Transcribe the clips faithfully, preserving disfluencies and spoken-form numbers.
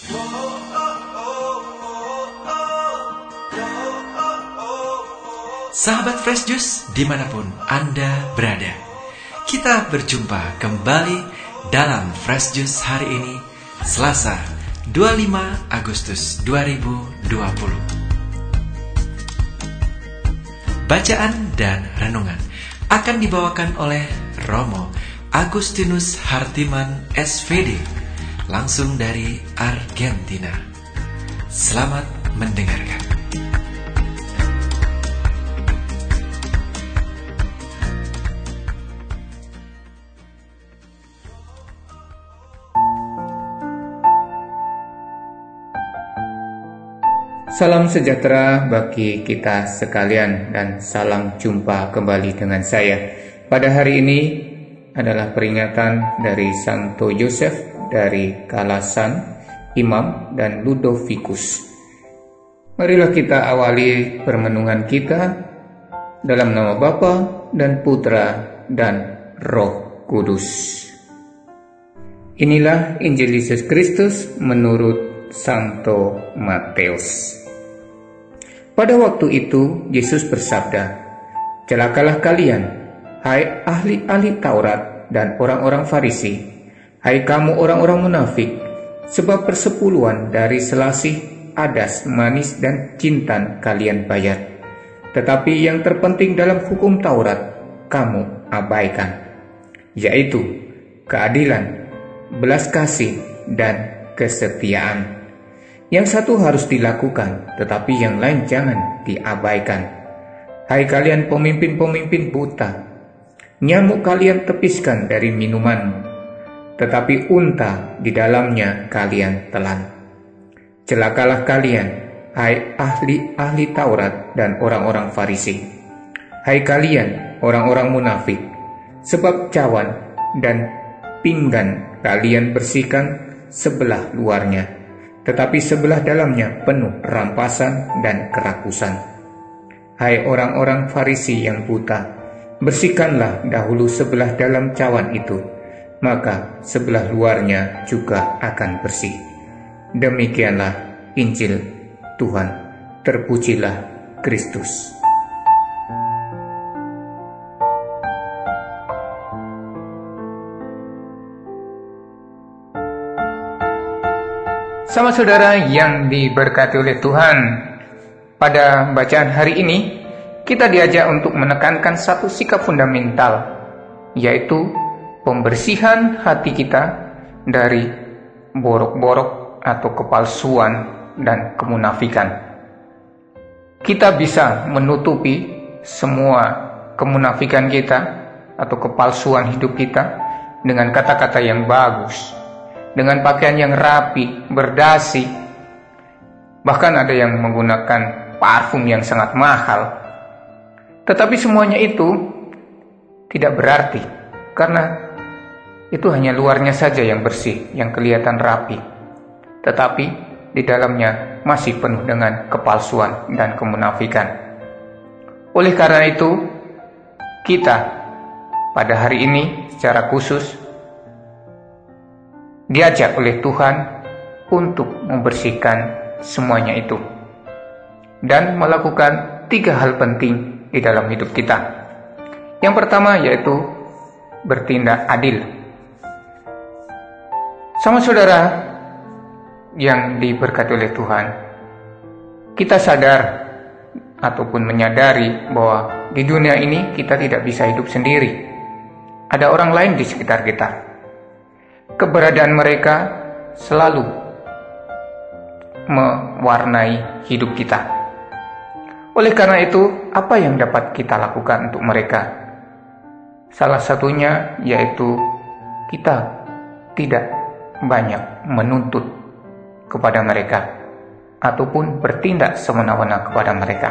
Sahabat Fresh Juice dimanapun Anda berada, kita berjumpa kembali dalam Fresh Juice hari ini, Selasa dua puluh lima Agustus dua ribu dua puluh. Bacaan dan renungan akan dibawakan oleh Romo Agustinus Hartiman S V D, langsung dari Argentina. Selamat mendengarkan. Salam sejahtera bagi kita sekalian dan salam jumpa kembali dengan saya. Pada hari ini adalah peringatan dari Santo Yosef dari Kalasan, Imam dan Ludovicus. Marilah kita awali permenungan kita dalam nama Bapa dan Putra dan Roh Kudus. Inilah Injil Yesus Kristus menurut Santo Matius. Pada waktu itu, Yesus bersabda, "Celakalah kalian, hai ahli-ahli Taurat dan orang-orang Farisi, hai kamu orang-orang munafik, sebab persepuluhan dari selasih, adas, manis, dan jintan kalian bayar. Tetapi yang terpenting dalam hukum Taurat, kamu abaikan, yaitu keadilan, belas kasih, dan kesetiaan. Yang satu harus dilakukan, tetapi yang lain jangan diabaikan. Hai kalian pemimpin-pemimpin buta, nyamuk kalian tepiskan dari minumanmu, tetapi unta di dalamnya kalian telan. Celakalah kalian, hai ahli-ahli Taurat dan orang-orang Farisi, hai kalian orang-orang munafik, sebab cawan dan pinggan kalian bersihkan sebelah luarnya, tetapi sebelah dalamnya penuh rampasan dan kerakusan. Hai orang-orang Farisi yang buta, bersihkanlah dahulu sebelah dalam cawan itu, maka sebelah luarnya juga akan bersih." Demikianlah Injil Tuhan. Terpujilah Kristus. Sama saudara yang diberkati oleh Tuhan, pada bacaan hari ini kita diajak untuk menekankan satu sikap fundamental, yaitu pembersihan hati kita dari borok-borok atau kepalsuan dan kemunafikan. Kita bisa menutupi semua kemunafikan kita atau kepalsuan hidup kita dengan kata-kata yang bagus, dengan pakaian yang rapi, berdasi. Bahkan ada yang menggunakan parfum yang sangat mahal. Tetapi semuanya itu tidak berarti, karena itu hanya luarnya saja yang bersih, yang kelihatan rapi. Tetapi di dalamnya masih penuh dengan kepalsuan dan kemunafikan. Oleh karena itu, kita pada hari ini secara khusus diajak oleh Tuhan untuk membersihkan semuanya itu dan melakukan tiga hal penting di dalam hidup kita. Yang pertama yaitu bertindak adil. Sama saudara yang diberkati oleh Tuhan, kita sadar ataupun menyadari bahwa di dunia ini kita tidak bisa hidup sendiri. Ada orang lain di sekitar kita. Keberadaan mereka selalu mewarnai hidup kita. Oleh karena itu, apa yang dapat kita lakukan untuk mereka? Salah satunya yaitu kita tidak banyak menuntut kepada mereka ataupun bertindak semena-mena kepada mereka.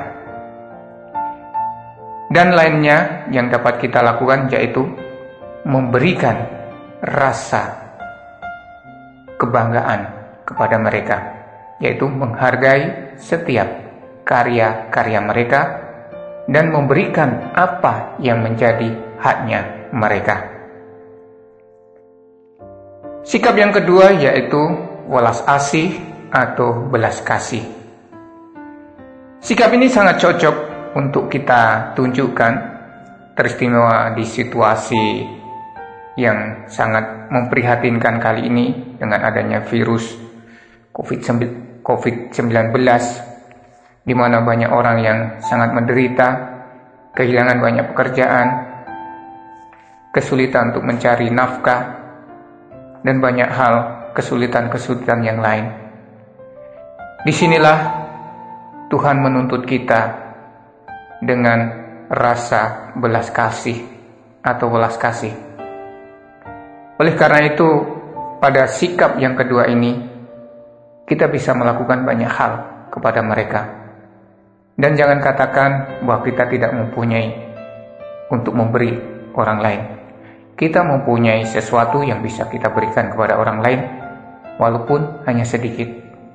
Dan lainnya yang dapat kita lakukan yaitu memberikan rasa kebanggaan kepada mereka, yaitu menghargai setiap karya-karya mereka dan memberikan apa yang menjadi haknya mereka. Sikap yang kedua yaitu welas asih atau belas kasih. Sikap ini sangat cocok untuk kita tunjukkan, teristimewa di situasi yang sangat memprihatinkan kali ini dengan adanya virus covid sembilan belas, di mana banyak orang yang sangat menderita, kehilangan banyak pekerjaan, kesulitan untuk mencari nafkah, dan banyak hal kesulitan-kesulitan yang lain. Disinilah Tuhan menuntut kita dengan rasa belas kasih atau welas kasih. Oleh karena itu, pada sikap yang kedua ini, kita bisa melakukan banyak hal kepada mereka. Dan jangan katakan bahwa kita tidak mempunyai untuk memberi orang lain. Kita mempunyai sesuatu yang bisa kita berikan kepada orang lain, walaupun hanya sedikit.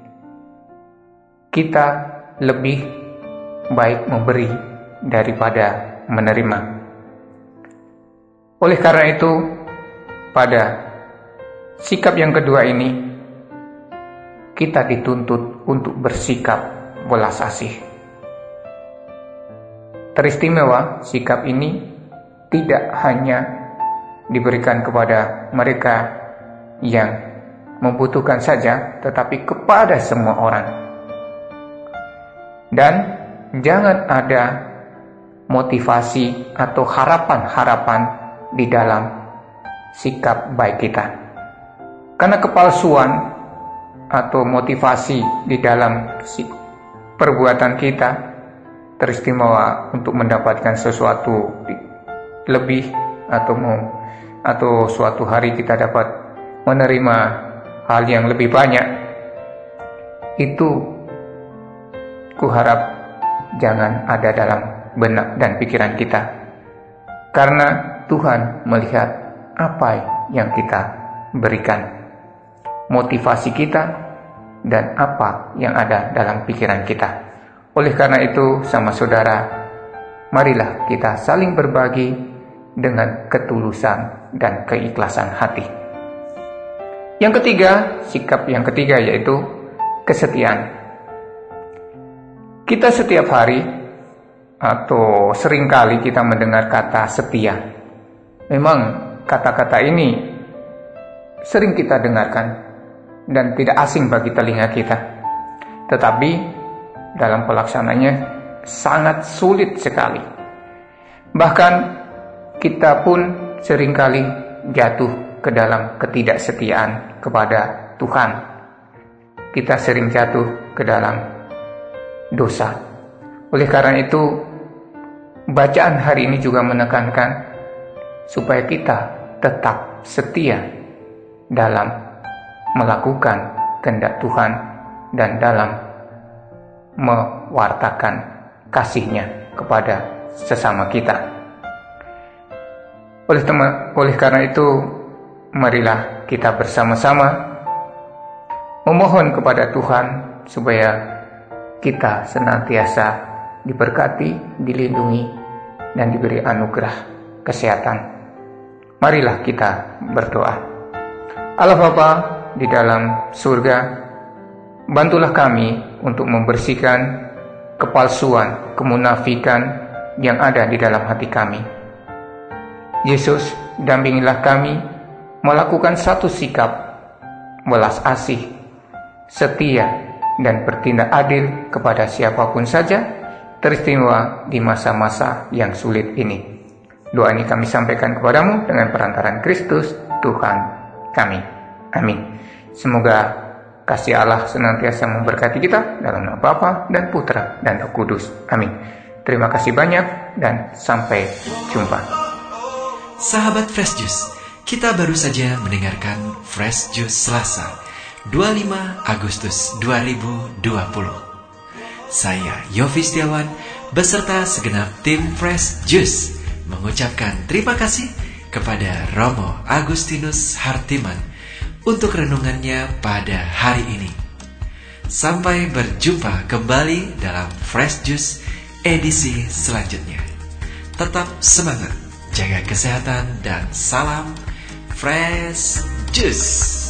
Kita lebih baik memberi daripada menerima. Oleh karena itu, pada sikap yang kedua ini, kita dituntut untuk bersikap welas asih. Teristimewa sikap ini tidak hanya diberikan kepada mereka yang membutuhkan saja, tetapi kepada semua orang. Dan jangan ada motivasi atau harapan-harapan di dalam sikap baik kita. Karena kepalsuan atau motivasi di dalam perbuatan kita teristimewa untuk mendapatkan sesuatu lebih atau atau suatu hari kita dapat menerima hal yang lebih banyak. Itu kuharap jangan ada dalam benak dan pikiran kita, karena Tuhan melihat apa yang kita berikan, motivasi kita, dan apa yang ada dalam pikiran kita. Oleh karena itu, sama saudara, marilah kita saling berbagi dengan ketulusan dan keikhlasan hati. Yang ketiga, sikap yang ketiga yaitu kesetiaan. Kita setiap hari atau seringkali kita mendengar kata setia. Memang kata-kata ini sering kita dengarkan dan tidak asing bagi telinga kita. Tetapi dalam pelaksananya sangat sulit sekali. Bahkan kita pun seringkali jatuh ke dalam ketidaksetiaan kepada Tuhan. Kita sering jatuh ke dalam dosa. Oleh karena itu, bacaan hari ini juga menekankan supaya kita tetap setia dalam melakukan kehendak Tuhan dan dalam mewartakan kasih-Nya kepada sesama kita. Oleh tema, oleh karena itu, marilah kita bersama-sama memohon kepada Tuhan supaya kita senantiasa diberkati, dilindungi, dan diberi anugerah kesehatan. Marilah kita berdoa. Allah Bapa di dalam surga, bantulah kami untuk membersihkan kepalsuan, kemunafikan yang ada di dalam hati kami. Yesus, dampingilah kami melakukan satu sikap welas asih, setia, dan bertindak adil kepada siapapun saja, teristimewa di masa-masa yang sulit ini. Doa ini kami sampaikan kepadamu dengan perantaran Kristus, Tuhan kami. Amin. Semoga kasih Allah senantiasa memberkati kita dalam nama Bapa dan Putra dan Roh Kudus. Amin. Terima kasih banyak dan sampai jumpa. Sahabat Fresh Juice, kita baru saja mendengarkan Fresh Juice Selasa dua puluh lima Agustus dua ribu dua puluh. Saya Yofi Setiawan beserta segenap tim Fresh Juice mengucapkan terima kasih kepada Romo Agustinus Hartiman untuk renungannya pada hari ini. Sampai berjumpa kembali dalam Fresh Juice edisi selanjutnya. Tetap semangat, jaga kesehatan, dan salam Fresh Juice.